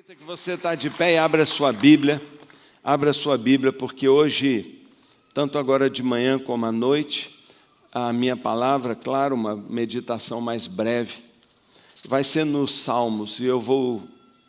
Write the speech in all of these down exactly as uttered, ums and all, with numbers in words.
Aproveita que você está de pé e abra a sua Bíblia, abra a sua Bíblia, porque hoje, tanto agora de manhã como à noite, a minha palavra, claro, uma meditação mais breve, vai ser nos Salmos, e eu vou,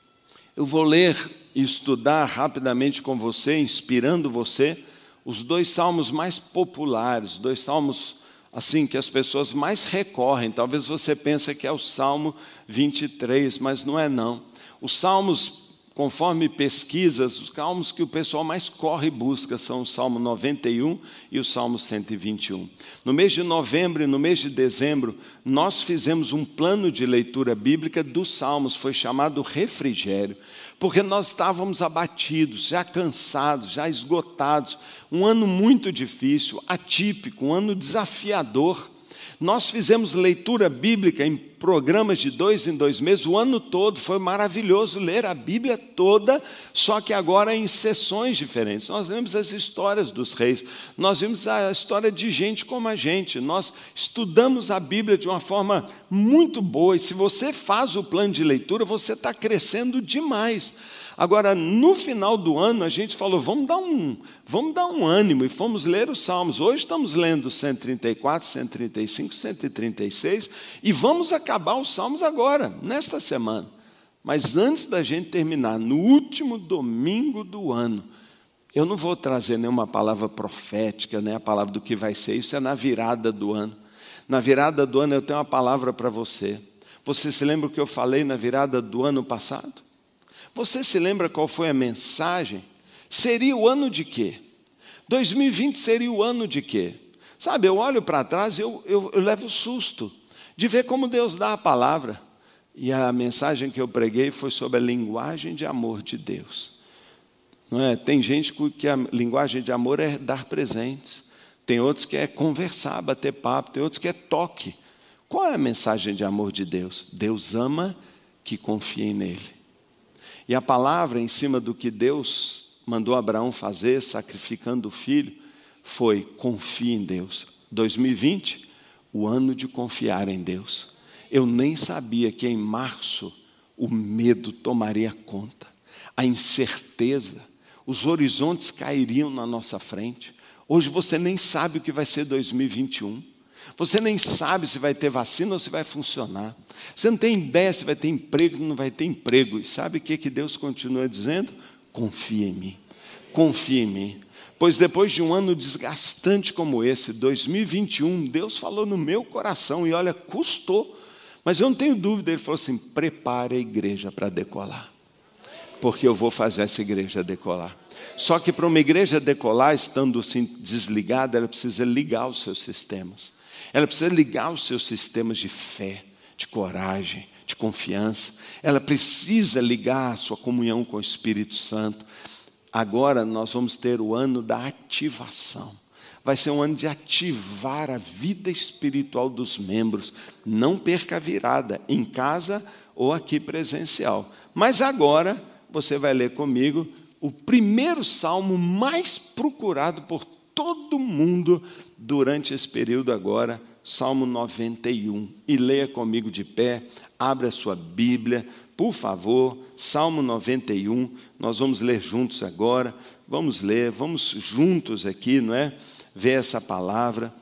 eu vou ler e estudar rapidamente com você, inspirando você, os dois salmos mais populares, dois salmos assim que as pessoas mais recorrem. Talvez você pense que é o Salmo vinte e três, mas não é não. Os salmos, conforme pesquisas, os salmos que o pessoal mais corre e busca são o Salmo noventa e um e o Salmo cento e vinte e um. No mês de novembro e no mês de dezembro, nós fizemos um plano de leitura bíblica dos salmos, foi chamado Refrigério, porque nós estávamos abatidos, já cansados, já esgotados, um ano muito difícil, atípico, um ano desafiador. Nós fizemos leitura bíblica em programas de dois em dois meses, o ano todo, foi maravilhoso ler a Bíblia toda, só que agora em sessões diferentes. Nós vimos as histórias dos reis, nós vimos a história de gente como a gente, nós estudamos a Bíblia de uma forma muito boa, e se você faz o plano de leitura, você está crescendo demais. Agora, no final do ano, a gente falou, vamos dar um, vamos dar um ânimo, e fomos ler os Salmos. Hoje estamos lendo cento e trinta e quatro, cento e trinta e cinco, cento e trinta e seis, e vamos acabar os Salmos agora, nesta semana. Mas antes da gente terminar, no último domingo do ano, eu não vou trazer nenhuma palavra profética, né, a palavra do que vai ser, isso é na virada do ano. Na virada do ano eu tenho uma palavra para você. Você se lembra o que eu falei na virada do ano passado? Você se lembra qual foi a mensagem? Seria o ano de quê? dois mil e vinte seria o ano de quê? Sabe, eu olho para trás e eu, eu, eu levo susto de ver como Deus dá a palavra. E a mensagem que eu preguei foi sobre a linguagem de amor de Deus. Não é? Tem gente que a linguagem de amor é dar presentes. Tem outros que é conversar, bater papo. Tem outros que é toque. Qual é a mensagem de amor de Deus? Deus ama que confiem nele. E a palavra em cima do que Deus mandou Abraão fazer, sacrificando o filho, foi: confie em Deus. dois mil e vinte, o ano de confiar em Deus. Eu nem sabia que em março o medo tomaria conta, a incerteza, os horizontes cairiam na nossa frente. Hoje você nem sabe o que vai ser dois mil e vinte e um. Você nem sabe se vai ter vacina ou se vai funcionar. Você não tem ideia se vai ter emprego ou não vai ter emprego. E sabe o que, que Deus continua dizendo? Confia em mim. Confia em mim. Pois depois de um ano desgastante como esse, dois mil e vinte e um, Deus falou no meu coração. E olha, custou. Mas eu não tenho dúvida. Ele falou assim: prepare a igreja para decolar. Porque eu vou fazer essa igreja decolar. Só que para uma igreja decolar, estando assim desligada, ela precisa ligar os seus sistemas. Ela precisa ligar os seus sistemas de fé, de coragem, de confiança. Ela precisa ligar a sua comunhão com o Espírito Santo. Agora nós vamos ter o ano da ativação. Vai ser um ano de ativar a vida espiritual dos membros. Não perca a virada, em casa ou aqui presencial. Mas agora você vai ler comigo o primeiro salmo mais procurado por todo mundo durante esse período agora, Salmo noventa e um. E leia comigo de pé, abra a sua Bíblia, por favor, Salmo noventa e um. Nós vamos ler juntos agora, vamos ler, vamos juntos aqui, não é? Ver essa palavra.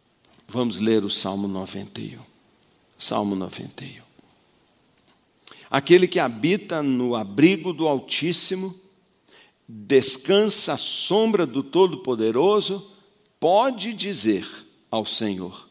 Vamos ler o Salmo noventa e um. Salmo noventa e um. Aquele que habita no abrigo do Altíssimo, descansa à sombra do Todo-Poderoso, pode dizer ao Senhor.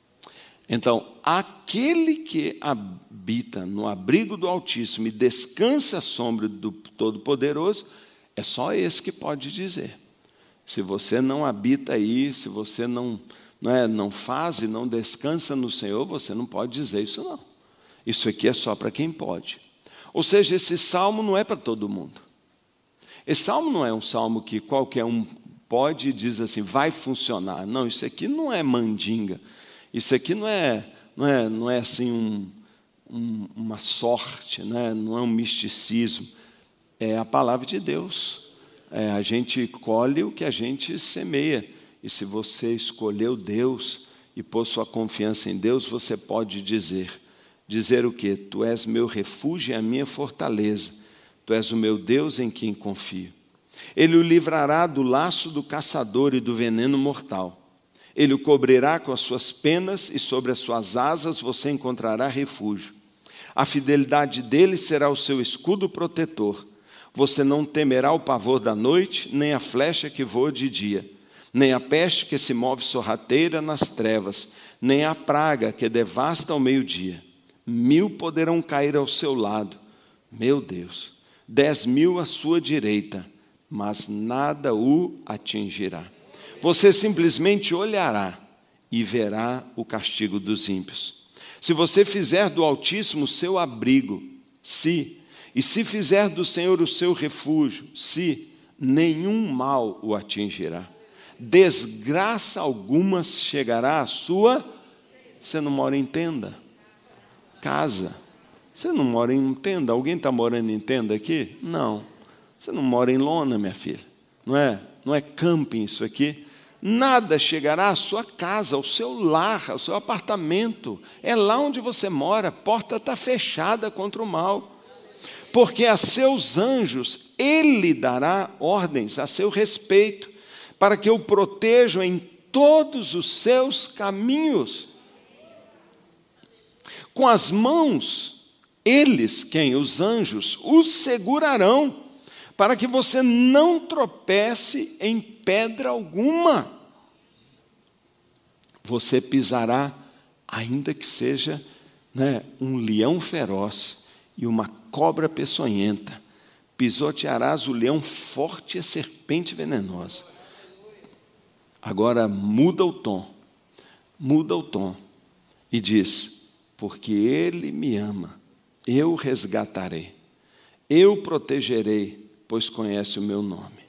Então, aquele que habita no abrigo do Altíssimo e descansa à sombra do Todo-Poderoso, é só esse que pode dizer. Se você não habita aí, se você não, não, é, não faz e não descansa no Senhor, você não pode dizer isso não. Isso aqui é só para quem pode. Ou seja, esse salmo não é para todo mundo. Esse salmo não é um salmo que qualquer um pode e diz assim, vai funcionar. Não, isso aqui não é mandinga. Isso aqui não é, não é, não é assim um, um, uma sorte, né? Não é um misticismo. É a palavra de Deus. É, a gente colhe o que a gente semeia. E se você escolheu Deus e pôs sua confiança em Deus, você pode dizer. Dizer o quê? Tu és meu refúgio e a minha fortaleza. Tu és o meu Deus em quem confio. Ele o livrará do laço do caçador e do veneno mortal. Ele o cobrirá com as suas penas e sobre as suas asas você encontrará refúgio. A fidelidade dele será o seu escudo protetor. Você não temerá o pavor da noite, nem a flecha que voa de dia, nem a peste que se move sorrateira nas trevas, nem a praga que devasta ao meio-dia. Mil poderão cair ao seu lado, meu Deus, dez mil à sua direita, mas nada o atingirá. Você simplesmente olhará e verá o castigo dos ímpios. Se você fizer do Altíssimo o seu abrigo, se, e se fizer do Senhor o seu refúgio, se, nenhum mal o atingirá. Desgraça alguma chegará à sua... Você não mora em tenda? Casa. Você não mora em tenda? Alguém está morando em tenda aqui? Não. Você não mora em lona, minha filha. Não é, não é camping isso aqui. Nada chegará à sua casa, ao seu lar, ao seu apartamento. É lá onde você mora. A porta está fechada contra o mal. Porque a seus anjos ele dará ordens a seu respeito, para que o protejam em todos os seus caminhos. Com as mãos, eles, quem? Os anjos, os segurarão, para que você não tropece em pedra alguma. Você pisará, ainda que seja, né, um leão feroz e uma cobra peçonhenta. Pisotearás o leão forte e a serpente venenosa. Agora muda o tom, muda o tom e diz: porque ele me ama, eu resgatarei, eu protegerei, pois conhece o meu nome.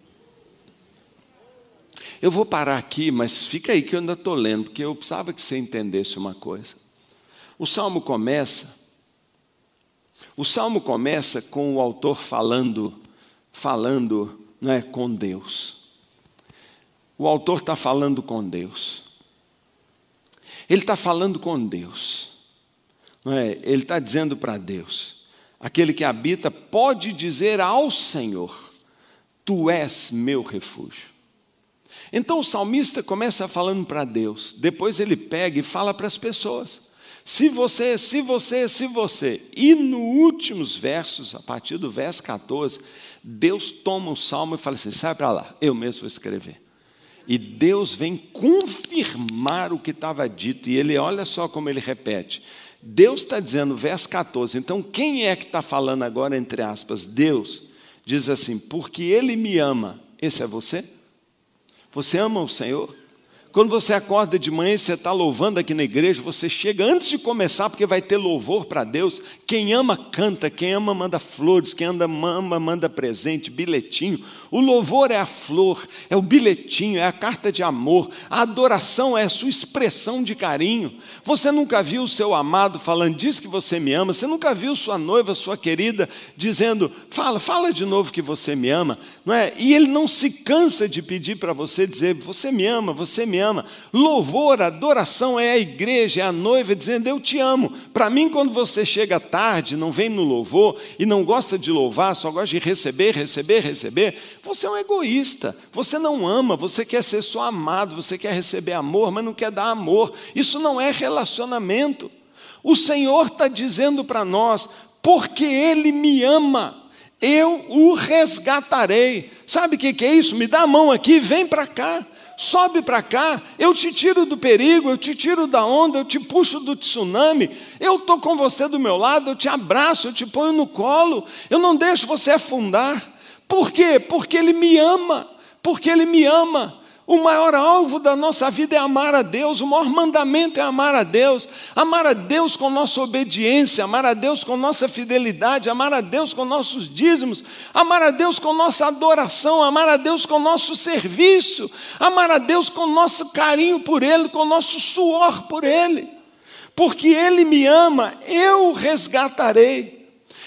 Eu vou parar aqui, mas fica aí que eu ainda estou lendo, porque eu precisava que você entendesse uma coisa. O Salmo começa, o Salmo começa com o autor falando, falando, não é, com Deus. O autor está falando com Deus. Ele está falando com Deus. Não é? Ele está dizendo para Deus, aquele que habita pode dizer ao Senhor: Tu és meu refúgio. Então o salmista começa falando para Deus, depois ele pega e fala para as pessoas: se você, se você, se você. E nos últimos versos, a partir do verso catorze, Deus toma o salmo e fala assim: sai para lá, eu mesmo vou escrever. E Deus vem confirmar o que estava dito. E ele, olha só como ele repete. Deus está dizendo, verso catorze. Então, quem é que está falando agora, entre aspas? Deus diz assim: porque ele me ama. Esse é você? Você ama o Senhor? Quando você acorda de manhã e você está louvando aqui na igreja, você chega antes de começar, porque vai ter louvor para Deus. Quem ama, canta. Quem ama, manda flores. Quem ama, manda presente, bilhetinho. O louvor é a flor, é o bilhetinho, é a carta de amor. A adoração é a sua expressão de carinho. Você nunca viu o seu amado falando: diz que você me ama. Você nunca viu sua noiva, sua querida, dizendo: fala, fala de novo que você me ama. Não é? E ele não se cansa de pedir para você dizer: você me ama, você me ama. Louvor, adoração é a igreja, é a noiva dizendo: eu te amo. Para mim, quando você chega tarde, não vem no louvor e não gosta de louvar, só gosta de receber, receber, receber, você é um egoísta. Você não ama, você quer ser só amado, você quer receber amor, mas não quer dar amor. Isso não é relacionamento. O Senhor está dizendo para nós: porque Ele me ama, eu o resgatarei. Sabe o que, que é isso? Me dá a mão aqui, vem para cá. Sobe para cá, eu te tiro do perigo, eu te tiro da onda, eu te puxo do tsunami, eu estou com você do meu lado, eu te abraço, eu te ponho no colo, eu não deixo você afundar. Por quê? Porque Ele me ama, porque Ele me ama. O maior alvo da nossa vida é amar a Deus, o maior mandamento é amar a Deus, amar a Deus com nossa obediência, amar a Deus com nossa fidelidade, amar a Deus com nossos dízimos, amar a Deus com nossa adoração, amar a Deus com nosso serviço, amar a Deus com nosso carinho por Ele, com nosso suor por Ele. Porque Ele me ama, eu o resgatarei.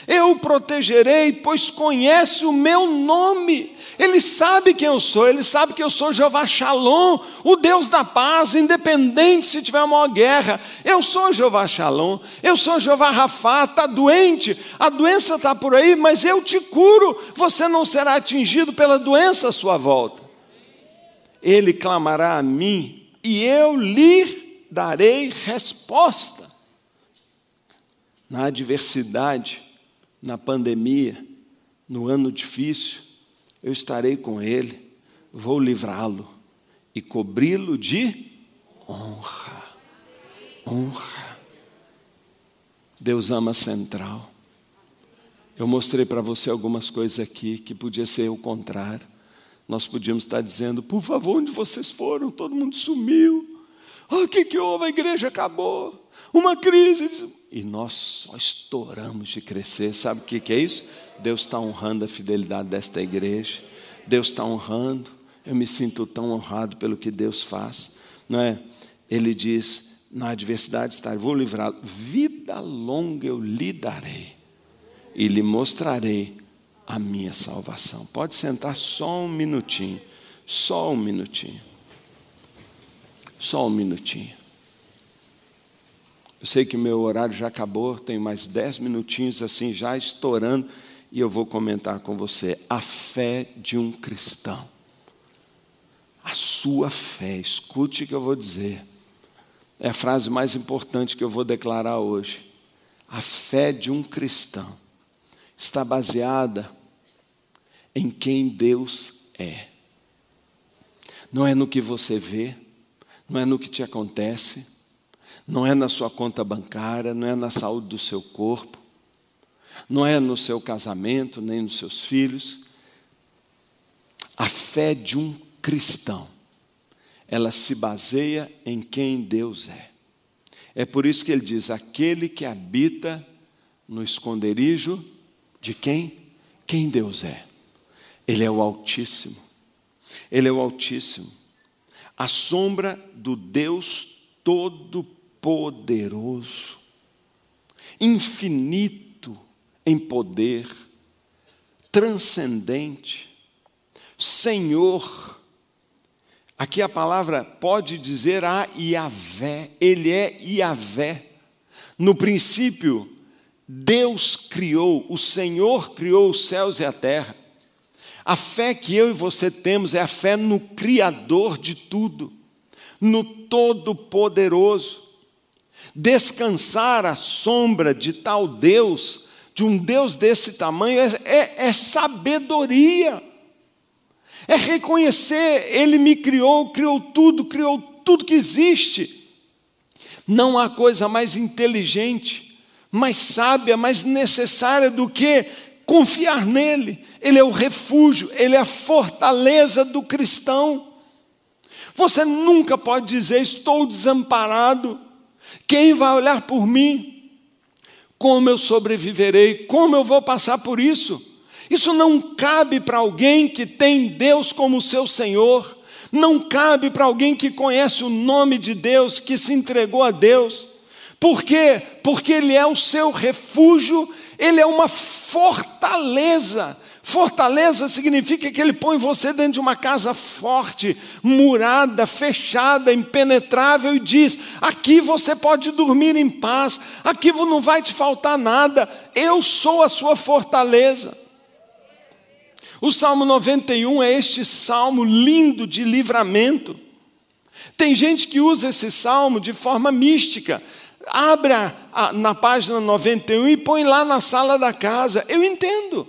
Eu o protegerei, pois conhece o meu nome. Ele sabe quem eu sou, ele sabe que eu sou Jeová Shalom, o Deus da paz, independente se tiver uma guerra. Eu sou Jeová Shalom, eu sou Jeová Rafá. Está doente, a doença está por aí, mas eu te curo. Você não será atingido pela doença à sua volta. Ele clamará a mim e eu lhe darei resposta. Na adversidade, na pandemia, no ano difícil, eu estarei com ele, vou livrá-lo e cobri-lo de honra. Honra. Deus ama Central. Eu mostrei para você algumas coisas aqui que podia ser o contrário. Nós podíamos estar dizendo, por favor, onde vocês foram? Todo mundo sumiu. O que que houve? A igreja acabou. Uma crise. E nós só estouramos de crescer. Sabe o que que é isso? Deus está honrando a fidelidade desta igreja. Deus está honrando. Eu me sinto tão honrado pelo que Deus faz. Não é? Ele diz, na adversidade estar, vou livrá-lo. Vida longa eu lhe darei. E lhe mostrarei a minha salvação. Pode sentar só um minutinho. Só um minutinho. Só um minutinho. Eu sei que meu horário já acabou, tenho mais dez minutinhos assim, já estourando, e eu vou comentar com você. A fé de um cristão. A sua fé, escute o que eu vou dizer. É a frase mais importante que eu vou declarar hoje. A fé de um cristão está baseada em quem Deus é. Não é no que você vê, não é no que te acontece, não é na sua conta bancária, não é na saúde do seu corpo, não é no seu casamento, nem nos seus filhos. A fé de um cristão, ela se baseia em quem Deus é. É por isso que ele diz, aquele que habita no esconderijo de quem? Quem Deus é. Ele é o Altíssimo. Ele é o Altíssimo. A sombra do Deus Todo-Poderoso, infinito em poder, transcendente, Senhor. Aqui a palavra pode dizer a Iavé, Ele é Iavé. No princípio, Deus criou, o Senhor criou os céus e a terra. A fé que eu e você temos é a fé no Criador de tudo, no Todo-Poderoso. Descansar à sombra de tal Deus, de um Deus desse tamanho, é, é, é sabedoria. É reconhecer, Ele me criou, criou tudo, criou tudo que existe. Não há coisa mais inteligente, mais sábia, mais necessária do que confiar nele. Ele é o refúgio, Ele é a fortaleza do cristão. Você nunca pode dizer, estou desamparado. Quem vai olhar por mim? Como eu sobreviverei? Como eu vou passar por isso? Isso não cabe para alguém que tem Deus como seu Senhor. Não cabe para alguém que conhece o nome de Deus, que se entregou a Deus. Por quê? Porque Ele é o seu refúgio, Ele é uma fortaleza. Fortaleza significa que Ele põe você dentro de uma casa forte, murada, fechada, impenetrável, e diz, aqui você pode dormir em paz, aqui não vai te faltar nada, eu sou a sua fortaleza. O Salmo noventa e um é este salmo lindo de livramento. Tem gente que usa esse salmo de forma mística. Abre a, a, na página noventa e um e põe lá na sala da casa. Eu entendo.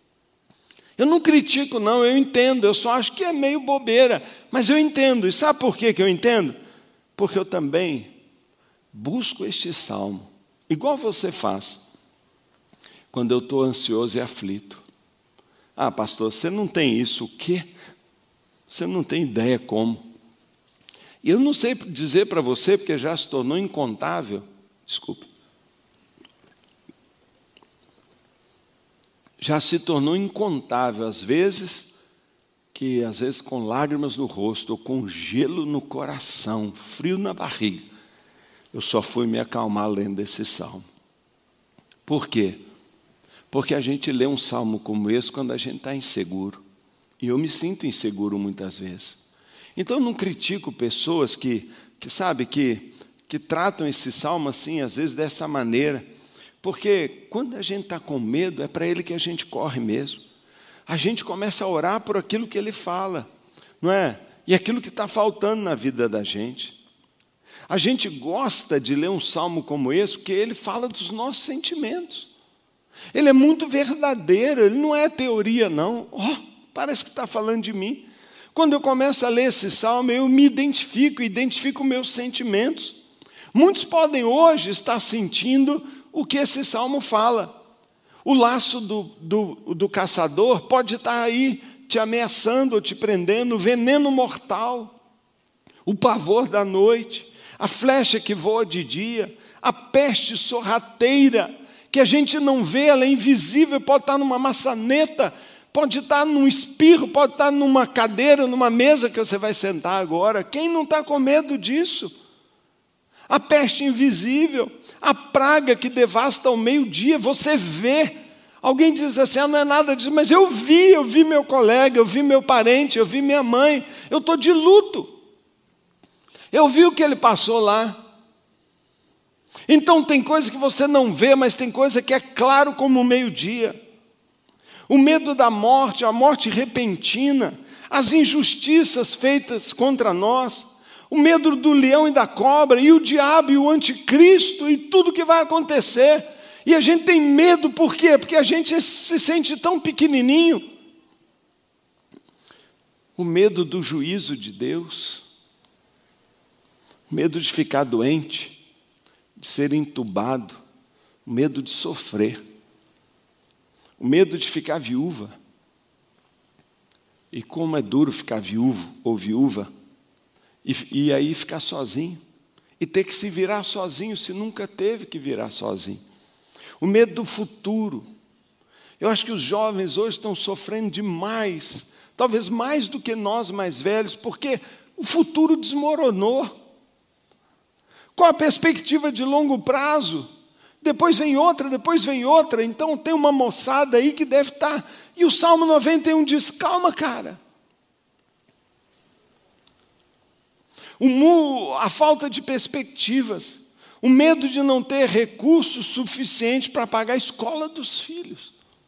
Eu não critico não, eu entendo. Eu só acho que é meio bobeira. Mas eu entendo. E sabe por que que eu entendo? Porque eu também busco este salmo, igual você faz, quando eu estou ansioso e aflito. Ah, pastor, você não tem isso. O quê? Você não tem ideia como. E eu não sei dizer para você, porque já se tornou incontável. Desculpe. Já se tornou incontável as vezes que, às vezes, com lágrimas no rosto, ou com gelo no coração, frio na barriga, eu só fui me acalmar lendo esse salmo. Por quê? Porque a gente lê um salmo como esse quando a gente está inseguro. E eu me sinto inseguro muitas vezes. Então eu não critico pessoas que, que sabe, que, que tratam esse salmo assim, às vezes dessa maneira. Porque quando a gente está com medo, é para ele que a gente corre mesmo. A gente começa a orar por aquilo que ele fala, não é? E aquilo que está faltando na vida da gente. A gente gosta de ler um salmo como esse, porque ele fala dos nossos sentimentos. Ele é muito verdadeiro, ele não é teoria, não. Oh, parece que está falando de mim. Quando eu começo a ler esse salmo, eu me identifico, identifico meus sentimentos. Muitos podem hoje estar sentindo o que esse salmo fala. O laço do, do, do caçador pode estar aí te ameaçando ou te prendendo, o veneno mortal, o pavor da noite, a flecha que voa de dia, a peste sorrateira, que a gente não vê, ela é invisível, pode estar numa maçaneta, pode estar num espirro, pode estar numa cadeira, numa mesa que você vai sentar agora. Quem não está com medo disso? A peste invisível, a praga que devasta ao meio-dia, você vê. Alguém diz assim, ah, não é nada disso, mas eu vi, eu vi meu colega, eu vi meu parente, eu vi minha mãe, eu estou de luto. Eu vi o que ele passou lá. Então tem coisa que você não vê, mas tem coisa que é claro como o meio-dia. O medo da morte, a morte repentina, as injustiças feitas contra nós, o medo do leão e da cobra, e o diabo e o anticristo, e tudo que vai acontecer. E a gente tem medo, por quê? Porque a gente se sente tão pequenininho. O medo do juízo de Deus, o medo de ficar doente, de ser entubado, o medo de sofrer, o medo de ficar viúva. E como é duro ficar viúvo ou viúva, e, e aí ficar sozinho, e ter que se virar sozinho, se nunca teve que virar sozinho. O medo do futuro. Eu acho que os jovens hoje estão sofrendo demais, talvez mais do que nós mais velhos, porque o futuro desmoronou. Qual a perspectiva de longo prazo? Depois vem outra, depois vem outra. Então tem uma moçada aí que deve estar... E o Salmo noventa e um diz, calma, cara. O, a falta de perspectivas. O medo de não ter recursos suficientes para pagar a escola dos filhos.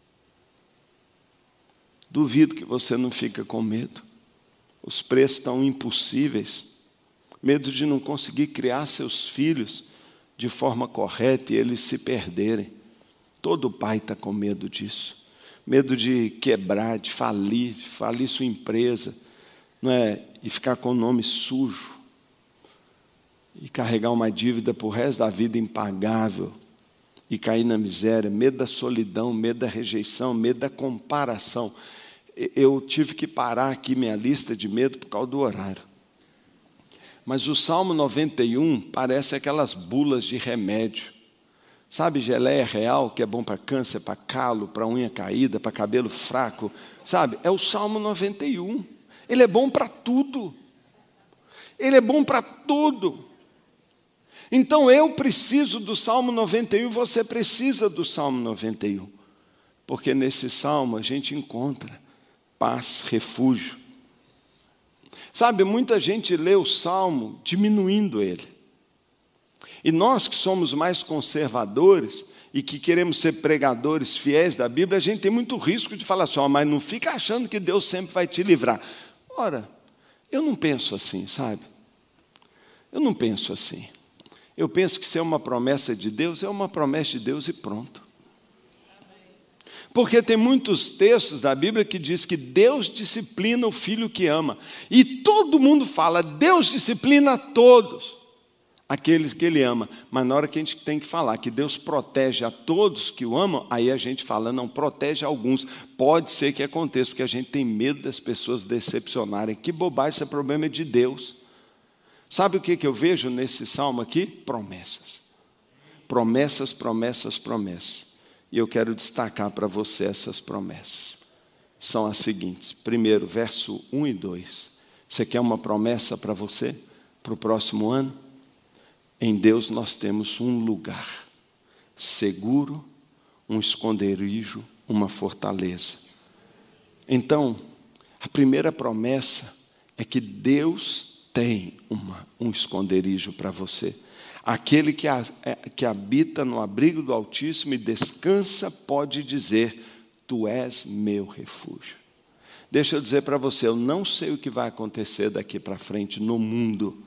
Duvido que você não fica com medo. Os preços estão impossíveis. Medo de não conseguir criar seus filhos de forma correta e eles se perderem. Todo pai está com medo disso. Medo de quebrar, de falir, de falir sua empresa, não é? E ficar com o nome sujo. E carregar uma dívida para o resto da vida impagável. E cair na miséria. Medo da solidão, medo da rejeição, medo da comparação. Eu tive que parar aqui minha lista de medo por causa do horário. Mas o Salmo noventa e um parece aquelas bulas de remédio. Sabe, geleia real, que é bom para câncer, para calo, para unha caída, para cabelo fraco. Sabe, é o Salmo noventa e um. Ele é bom para tudo. Ele é bom para tudo. Então eu preciso do Salmo noventa e um, você precisa do Salmo noventa e um. Porque nesse Salmo a gente encontra paz, refúgio. Sabe, muita gente lê o Salmo diminuindo ele. E nós que somos mais conservadores e que queremos ser pregadores fiéis da Bíblia, a gente tem muito risco de falar assim, oh, mas não fica achando que Deus sempre vai te livrar. Ora, eu não penso assim, sabe? Eu não penso assim. Eu penso que se é uma promessa de Deus, é uma promessa de Deus e pronto. Porque tem muitos textos da Bíblia que diz que Deus disciplina o filho que ama. E todo mundo fala, Deus disciplina a todos aqueles que Ele ama. Mas na hora que a gente tem que falar que Deus protege a todos que o amam, aí a gente fala, não, protege alguns. Pode ser que aconteça, porque a gente tem medo das pessoas decepcionarem. Que bobagem, esse problema é de Deus. Sabe o que eu vejo nesse salmo aqui? Promessas. Promessas, promessas, promessas. E eu quero destacar para você essas promessas. São as seguintes. Primeiro, verso um e dois. Você quer uma promessa para você? Para o próximo ano? Em Deus nós temos um lugar seguro, um esconderijo, uma fortaleza. Então, a primeira promessa é que Deus tem uma, um esconderijo para você. Aquele que, a, que habita no abrigo do Altíssimo e descansa pode dizer: tu és meu refúgio. Deixa eu dizer para você, eu não sei o que vai acontecer daqui para frente no mundo,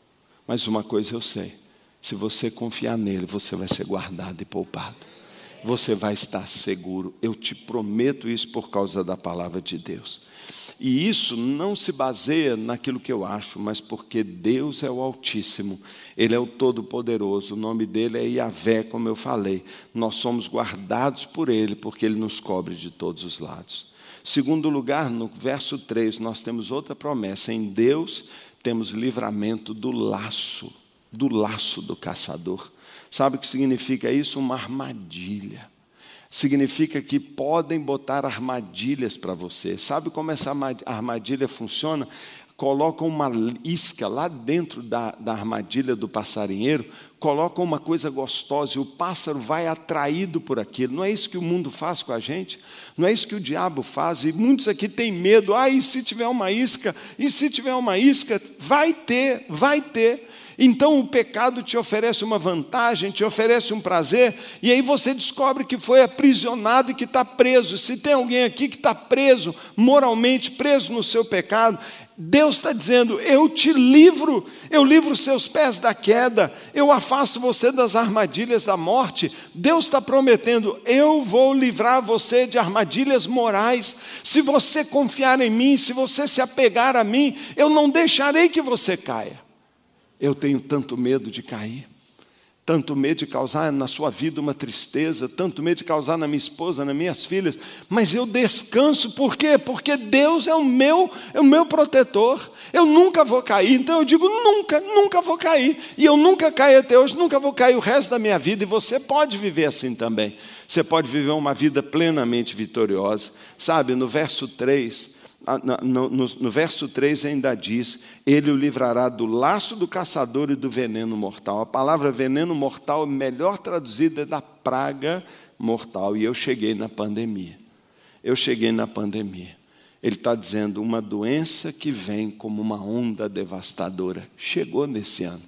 mas uma coisa eu sei: se você confiar nele, você vai ser guardado e poupado. Você vai estar seguro. Eu te prometo isso por causa da palavra de Deus. E isso não se baseia naquilo que eu acho, mas porque Deus é o Altíssimo, Ele é o Todo-Poderoso, o nome dEle é Yahvé, como eu falei. Nós somos guardados por Ele, porque Ele nos cobre de todos os lados. Segundo lugar, no verso três, nós temos outra promessa: em Deus temos livramento do laço, do laço do caçador. Sabe o que significa isso? Uma armadilha. Significa que podem botar armadilhas para você. Sabe como essa armadilha funciona? Colocam uma isca lá dentro da, da armadilha do passarinheiro, colocam uma coisa gostosa e o pássaro vai atraído por aquilo. Não é isso que o mundo faz com a gente? Não é isso que o diabo faz? E muitos aqui têm medo. Ah, e se tiver uma isca? E se tiver uma isca? Vai ter, vai ter. Então o pecado te oferece uma vantagem, te oferece um prazer, e aí você descobre que foi aprisionado e que está preso. Se tem alguém aqui que está preso, moralmente preso no seu pecado, Deus está dizendo: eu te livro, eu livro os seus pés da queda, eu afasto você das armadilhas da morte. Deus está prometendo: eu vou livrar você de armadilhas morais. Se você confiar em mim, se você se apegar a mim, eu não deixarei que você caia. Eu tenho tanto medo de cair, tanto medo de causar na sua vida uma tristeza, tanto medo de causar na minha esposa, nas minhas filhas, mas eu descanso. Por quê? Porque Deus é o meu, é o meu protetor. Eu nunca vou cair. Então eu digo: nunca, nunca vou cair. E eu nunca caí até hoje, nunca vou cair o resto da minha vida. E você pode viver assim também. Você pode viver uma vida plenamente vitoriosa. Sabe, no verso três... No, no, no verso três ainda diz: Ele o livrará do laço do caçador e do veneno mortal. A palavra veneno mortal, melhor traduzida, é da praga mortal. E eu cheguei na pandemia. Eu cheguei na pandemia. Ele está dizendo: uma doença que vem como uma onda devastadora chegou nesse ano.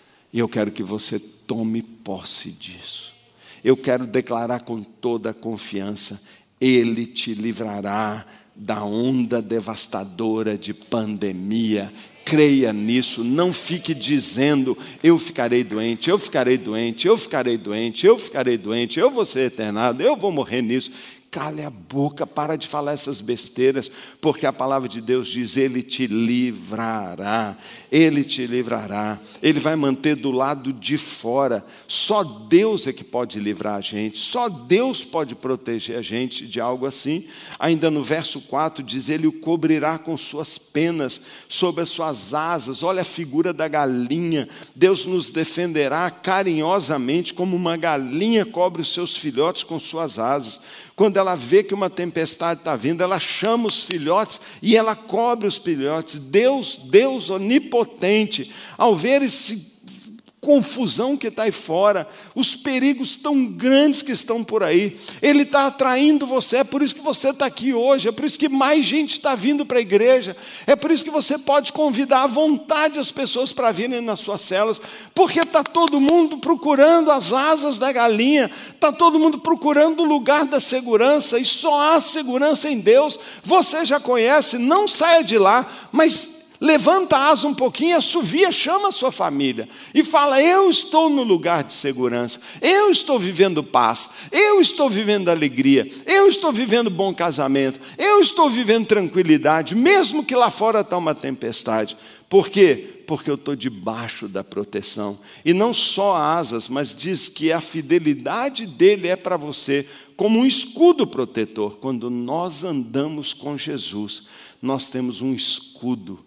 E eu quero que você tome posse disso. Eu quero declarar com toda a confiança: Ele te livrará da onda devastadora de pandemia. Creia nisso, não fique dizendo: eu ficarei doente, eu ficarei doente, eu ficarei doente, eu ficarei doente, eu vou ser eternado, eu vou morrer nisso. Cale a boca, para de falar essas besteiras, porque a palavra de Deus diz: Ele te livrará, Ele te livrará, Ele vai manter do lado de fora. Só Deus é que pode livrar a gente, só Deus pode proteger a gente de algo assim. Ainda no verso quatro diz: Ele o cobrirá com suas penas, sob as suas asas. Olha a figura da galinha. Deus nos defenderá carinhosamente, como uma galinha cobre os seus filhotes com suas asas. Quando ela vê que uma tempestade está vindo, ela chama os filhotes e ela cobre os filhotes. Deus, Deus onipotente, ao ver esse confusão que está aí fora, os perigos tão grandes que estão por aí, Ele está atraindo você. É por isso que você está aqui hoje, é por isso que mais gente está vindo para a igreja, é por isso que você pode convidar à vontade as pessoas para virem nas suas celas, porque está todo mundo procurando as asas da galinha, está todo mundo procurando o lugar da segurança, e só há segurança em Deus. Você já conhece, não saia de lá, mas levanta a asa um pouquinho, assovia, chama a sua família e fala: eu estou no lugar de segurança, eu estou vivendo paz, eu estou vivendo alegria, eu estou vivendo bom casamento, eu estou vivendo tranquilidade, mesmo que lá fora está uma tempestade. Por quê? Porque eu estou debaixo da proteção. E não só asas, mas diz que a fidelidade dele é para você como um escudo protetor. Quando nós andamos com Jesus, nós temos um escudo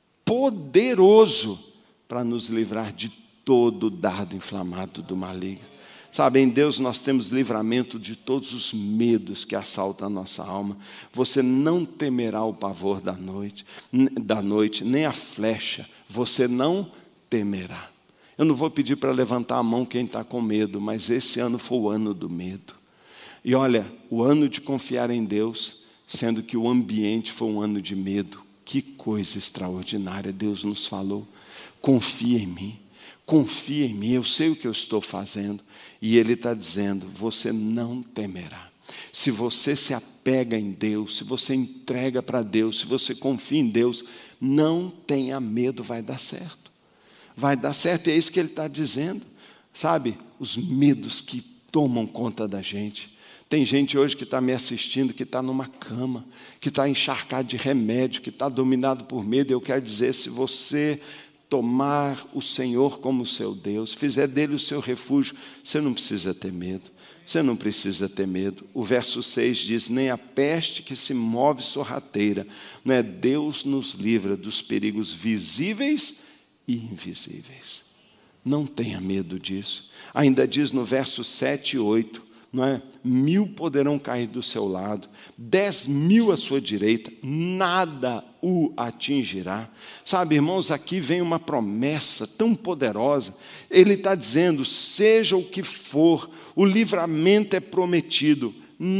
poderoso para nos livrar de todo dardo inflamado do maligno. Sabe, em Deus nós temos livramento de todos os medos que assaltam a nossa alma. Você não temerá o pavor da noite, da noite, nem a flecha, você não temerá. Eu não vou pedir para levantar a mão quem está com medo, mas esse ano foi o ano do medo. E olha, o ano de confiar em Deus, sendo que o ambiente foi um ano de medo. Que coisa extraordinária Deus nos falou. Confia em mim, confia em mim, eu sei o que eu estou fazendo. E Ele está dizendo, você não temerá. Se você se apega em Deus, se você entrega para Deus, se você confia em Deus, não tenha medo, vai dar certo. Vai dar certo, e é isso que Ele está dizendo. Sabe, os medos que tomam conta da gente. Tem gente hoje que está me assistindo, que está numa cama, que está encharcado de remédio, que está dominado por medo. Eu quero dizer, se você tomar o Senhor como seu Deus, fizer dele o seu refúgio, você não precisa ter medo. Você não precisa ter medo. O verso seis diz, nem a peste que se move sorrateira, não é? Deus nos livra dos perigos visíveis e invisíveis. Não tenha medo disso. Ainda diz no verso sete e oito, não é? Mil poderão cair do seu lado, dez mil à sua direita, nada o atingirá. Sabe, irmãos, aqui vem uma promessa tão poderosa. Ele está dizendo, seja o que for, o livramento é prometido,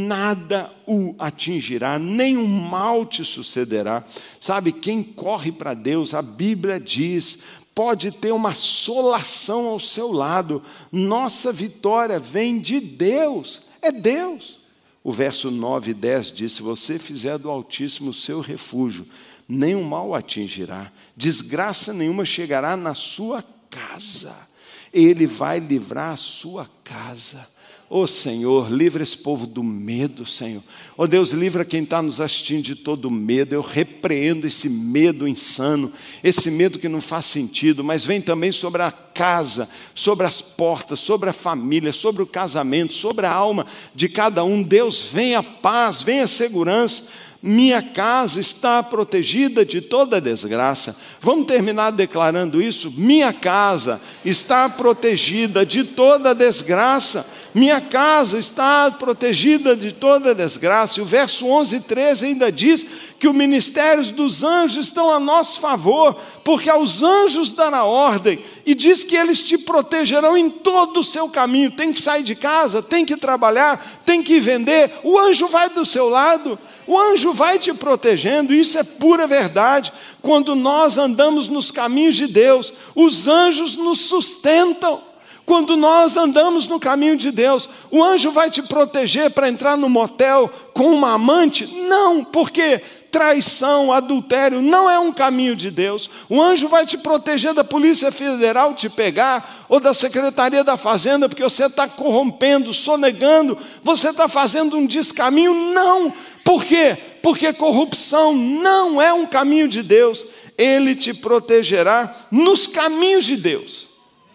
nada o atingirá, nenhum mal te sucederá. Sabe, quem corre para Deus, a Bíblia diz, pode ter uma assolação ao seu lado. Nossa vitória vem de Deus, é Deus. O verso nove e dez diz, se você fizer do Altíssimo o seu refúgio, nenhum mal o atingirá, desgraça nenhuma chegará na sua casa. Ele vai livrar a sua casa. Ó Senhor, livra esse povo do medo, Senhor. Ó Deus, livra quem está nos assistindo de todo medo. Eu repreendo esse medo insano, esse medo que não faz sentido, mas vem também sobre a casa, sobre as portas, sobre a família, sobre o casamento, sobre a alma de cada um. Deus, vem a paz, vem a segurança. Minha casa está protegida de toda desgraça. Vamos terminar declarando isso? Minha casa está protegida de toda desgraça. Minha casa está protegida de toda desgraça. E o verso onze e treze ainda diz que os ministérios dos anjos estão a nosso favor, porque aos anjos dará ordem, e diz que eles te protegerão em todo o seu caminho. Tem que sair de casa, tem que trabalhar, tem que vender, o anjo vai do seu lado, o anjo vai te protegendo. Isso é pura verdade. Quando nós andamos nos caminhos de Deus, os anjos nos sustentam. Quando nós andamos no caminho de Deus, o anjo vai te proteger para entrar no motel com uma amante? Não, porque traição, adultério não é um caminho de Deus. O anjo vai te proteger da Polícia Federal te pegar, ou da Secretaria da Fazenda, porque você está corrompendo, sonegando, você está fazendo um descaminho? Não. Por quê? Porque corrupção não é um caminho de Deus. Ele te protegerá nos caminhos de Deus.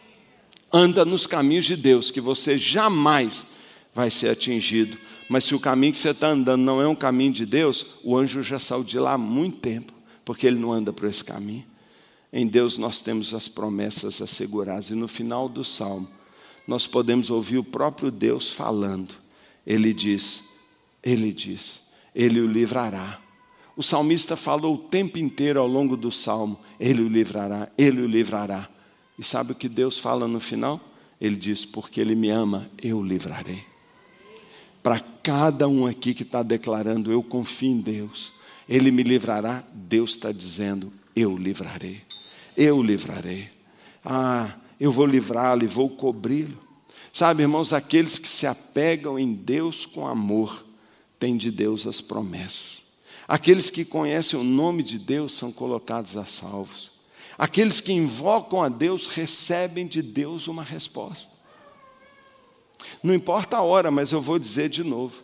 Anda nos caminhos de Deus, que você jamais vai ser atingido. Mas se o caminho que você está andando não é um caminho de Deus, o anjo já saiu de lá há muito tempo, porque ele não anda por esse caminho. Em Deus nós temos as promessas asseguradas. E no final do Salmo, nós podemos ouvir o próprio Deus falando. Ele diz, Ele diz, Ele o livrará. O salmista falou o tempo inteiro ao longo do Salmo, Ele o livrará, Ele o livrará. E sabe o que Deus fala no final? Ele diz, porque Ele me ama, eu o livrarei. Para cada um aqui que está declarando, eu confio em Deus, Ele me livrará, Deus está dizendo, eu o livrarei. Eu o livrarei. Ah, eu vou livrá-lo e vou cobri-lo. Sabe, irmãos, aqueles que se apegam em Deus com amor, têm de Deus as promessas. Aqueles que conhecem o nome de Deus são colocados a salvos. Aqueles que invocam a Deus recebem de Deus uma resposta. Não importa a hora, mas eu vou dizer de novo.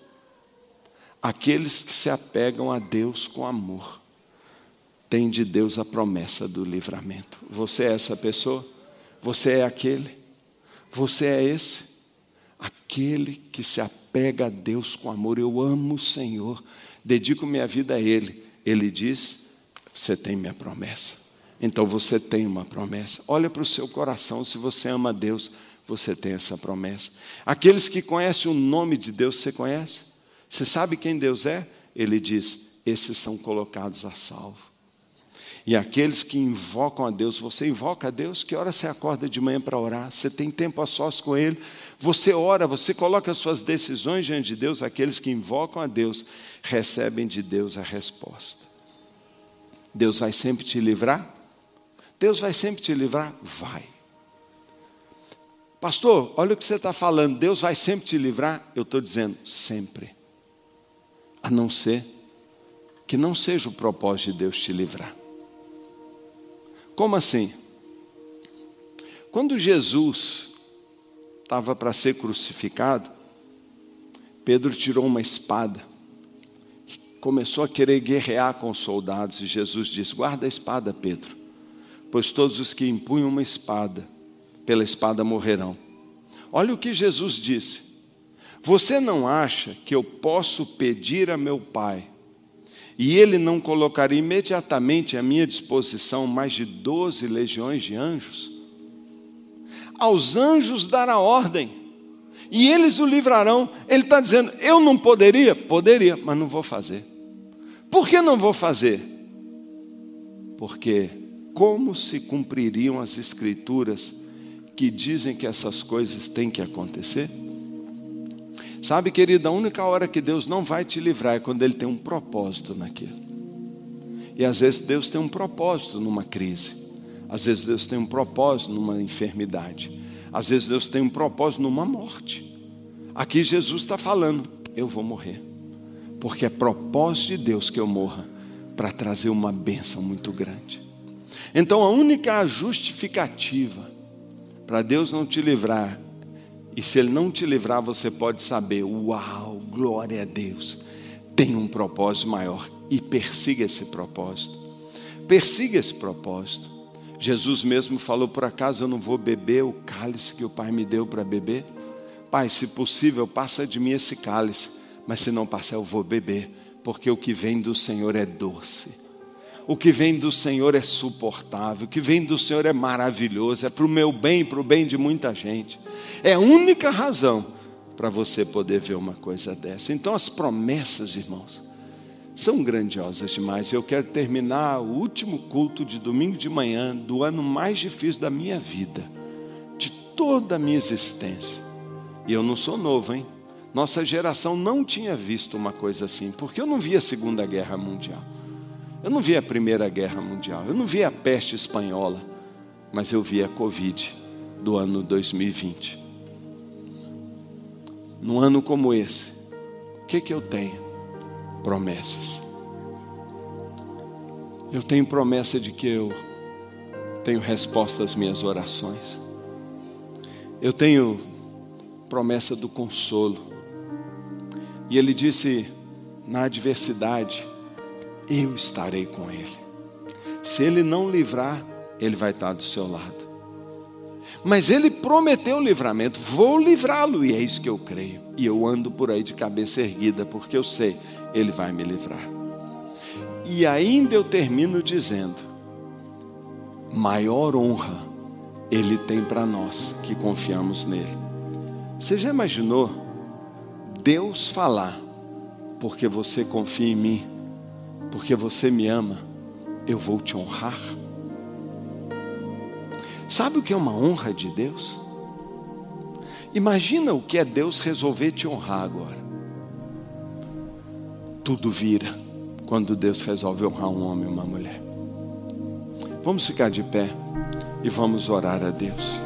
Aqueles que se apegam a Deus com amor, têm de Deus a promessa do livramento. Você é essa pessoa? Você é aquele? Você é esse? Aquele que se apega a Deus com amor. Eu amo o Senhor, dedico minha vida a Ele. Ele diz, você tem minha promessa. Então você tem uma promessa. Olha para o seu coração, se você ama a Deus, você tem essa promessa. Aqueles que conhecem o nome de Deus, você conhece? Você sabe quem Deus é? Ele diz, esses são colocados a salvo. E aqueles que invocam a Deus, você invoca a Deus, que hora você acorda de manhã para orar? Você tem tempo a sós com Ele? Você ora, você coloca as suas decisões diante de Deus. Aqueles que invocam a Deus, recebem de Deus a resposta. Deus vai sempre te livrar? Deus vai sempre te livrar? Vai. Pastor, olha o que você está falando, Deus vai sempre te livrar? Eu estou dizendo, sempre. A não ser que não seja o propósito de Deus te livrar. Como assim? Quando Jesus estava para ser crucificado, Pedro tirou uma espada, começou a querer guerrear com os soldados, e Jesus disse, guarda a espada, Pedro, pois todos os que empunham uma espada, pela espada morrerão. Olha o que Jesus disse, você não acha que eu posso pedir a meu Pai, e Ele não colocaria imediatamente à minha disposição mais de doze legiões de anjos? Aos anjos dará ordem, e eles o livrarão. Ele está dizendo, eu não poderia? Poderia, mas não vou fazer. Por que não vou fazer? Porque como se cumpririam as Escrituras que dizem que essas coisas têm que acontecer? Sabe, querido, a única hora que Deus não vai te livrar é quando Ele tem um propósito naquilo. E às vezes Deus tem um propósito numa crise. Às vezes Deus tem um propósito numa enfermidade. Às vezes Deus tem um propósito numa morte. Aqui Jesus está falando, eu vou morrer. Porque é propósito de Deus que eu morra, para trazer uma bênção muito grande. Então a única justificativa para Deus não te livrar, e se Ele não te livrar, você pode saber, uau, glória a Deus, tem um propósito maior, e persiga esse propósito, persiga esse propósito. Jesus mesmo falou, por acaso eu não vou beber o cálice que o Pai me deu para beber? Pai, se possível, passa de mim esse cálice, mas se não passar eu vou beber, porque o que vem do Senhor é doce. O que vem do Senhor é suportável, o que vem do Senhor é maravilhoso, é para o meu bem, para o bem de muita gente. É a única razão para você poder ver uma coisa dessa. Então as promessas, irmãos, são grandiosas demais. Eu quero terminar o último culto de domingo de manhã do ano mais difícil da minha vida, de toda a minha existência. E eu não sou novo, hein? Nossa geração não tinha visto uma coisa assim, porque eu não vi a Segunda Guerra Mundial. Eu não vi a Primeira Guerra Mundial, eu não vi a peste espanhola, mas eu vi a Covid do ano dois mil e vinte. Num ano como esse, o que que eu tenho? Promessas. Eu tenho promessa de que eu tenho resposta às minhas orações. Eu tenho promessa do consolo. E Ele disse, na adversidade, eu estarei com ele. Se ele não livrar, ele vai estar do seu lado. Mas ele prometeu o livramento, vou livrá-lo, e é isso que eu creio. E eu ando por aí de cabeça erguida, porque eu sei, ele vai me livrar. E ainda eu termino dizendo, maior honra ele tem para nós que confiamos nele. Você já imaginou Deus falar, porque você confia em mim, porque você me ama, eu vou te honrar? Sabe o que é uma honra de Deus? Imagina o que é Deus resolver te honrar agora. Tudo vira quando Deus resolve honrar um homem e uma mulher. Vamos ficar de pé e vamos orar a Deus.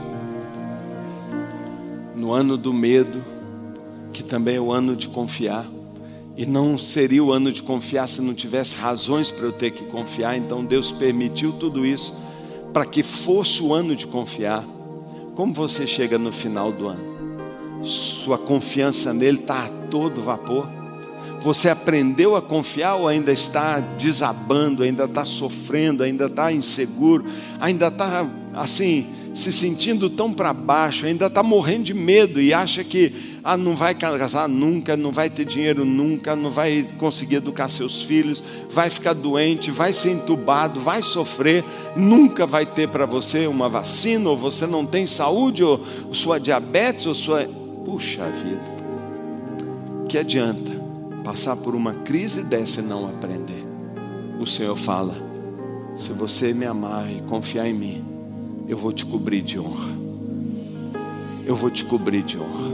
No ano do medo, que também é o ano de confiar, e não seria o ano de confiar se não tivesse razões para eu ter que confiar. Então Deus permitiu tudo isso para que fosse o ano de confiar. Como você chega no final do ano? Sua confiança nele está a todo vapor? Você aprendeu a confiar ou ainda está desabando, ainda está sofrendo, ainda está inseguro, ainda está assim, se sentindo tão para baixo, ainda está morrendo de medo e acha que ah, não vai casar nunca, não vai ter dinheiro nunca, não vai conseguir educar seus filhos, vai ficar doente, vai ser entubado, vai sofrer, nunca vai ter para você uma vacina, ou você não tem saúde, ou sua diabetes, ou sua... Puxa vida, que adianta passar por uma crise dessa e não aprender? O Senhor fala, Se você me amar e confiar em mim, eu vou te cobrir de honra. Eu vou te cobrir de honra.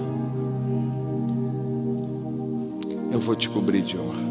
Eu vou te cobrir de honra.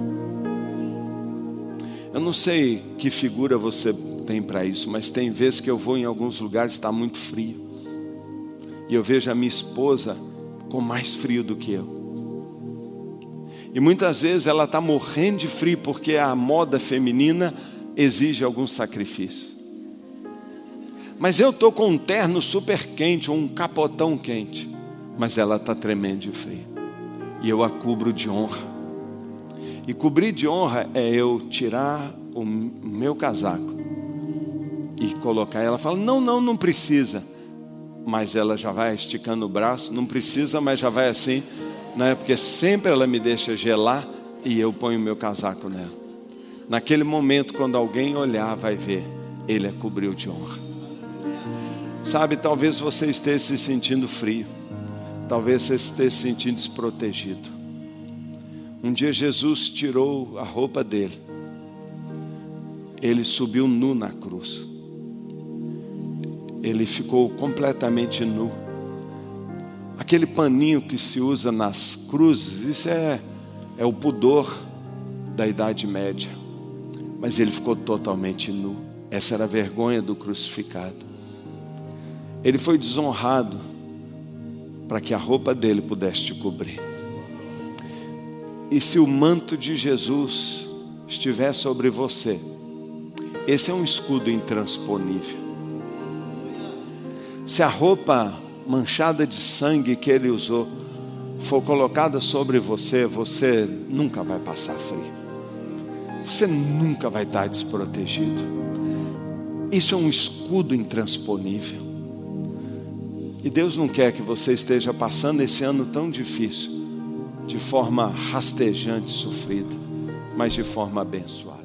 Eu não sei que figura você tem para isso, mas tem vezes que eu vou em alguns lugares, está muito frio, e eu vejo a minha esposa com mais frio do que eu. E muitas vezes ela está morrendo de frio, porque a moda feminina exige algum sacrifício. Mas eu estou com um terno super quente, ou um capotão quente, mas ela está tremendo de frio, e eu a cubro de honra. E cobrir de honra é eu tirar o meu casaco e colocar. Ela fala, não, não, não precisa. Mas ela já vai esticando o braço, não precisa, mas já vai assim, né? Porque sempre ela me deixa gelar e eu ponho o meu casaco nela. Naquele momento, quando alguém olhar, vai ver, ele a cobriu de honra. Sabe, talvez você esteja se sentindo frio, talvez você esteja se sentindo desprotegido. Um dia Jesus tirou a roupa dele, ele subiu nu na cruz, ele ficou completamente nu. Aquele paninho que se usa nas cruzes, isso é, é o pudor da Idade Média, mas ele ficou totalmente nu. Essa era a vergonha do crucificado. Ele foi desonrado para que a roupa dele pudesse te cobrir. E se o manto de Jesus estiver sobre você, esse é um escudo intransponível. Se a roupa manchada de sangue que ele usou for colocada sobre você, você nunca vai passar frio. Você nunca vai estar desprotegido. Isso é um escudo intransponível. E Deus não quer que você esteja passando esse ano tão difícil de forma rastejante e sofrida, mas de forma abençoada.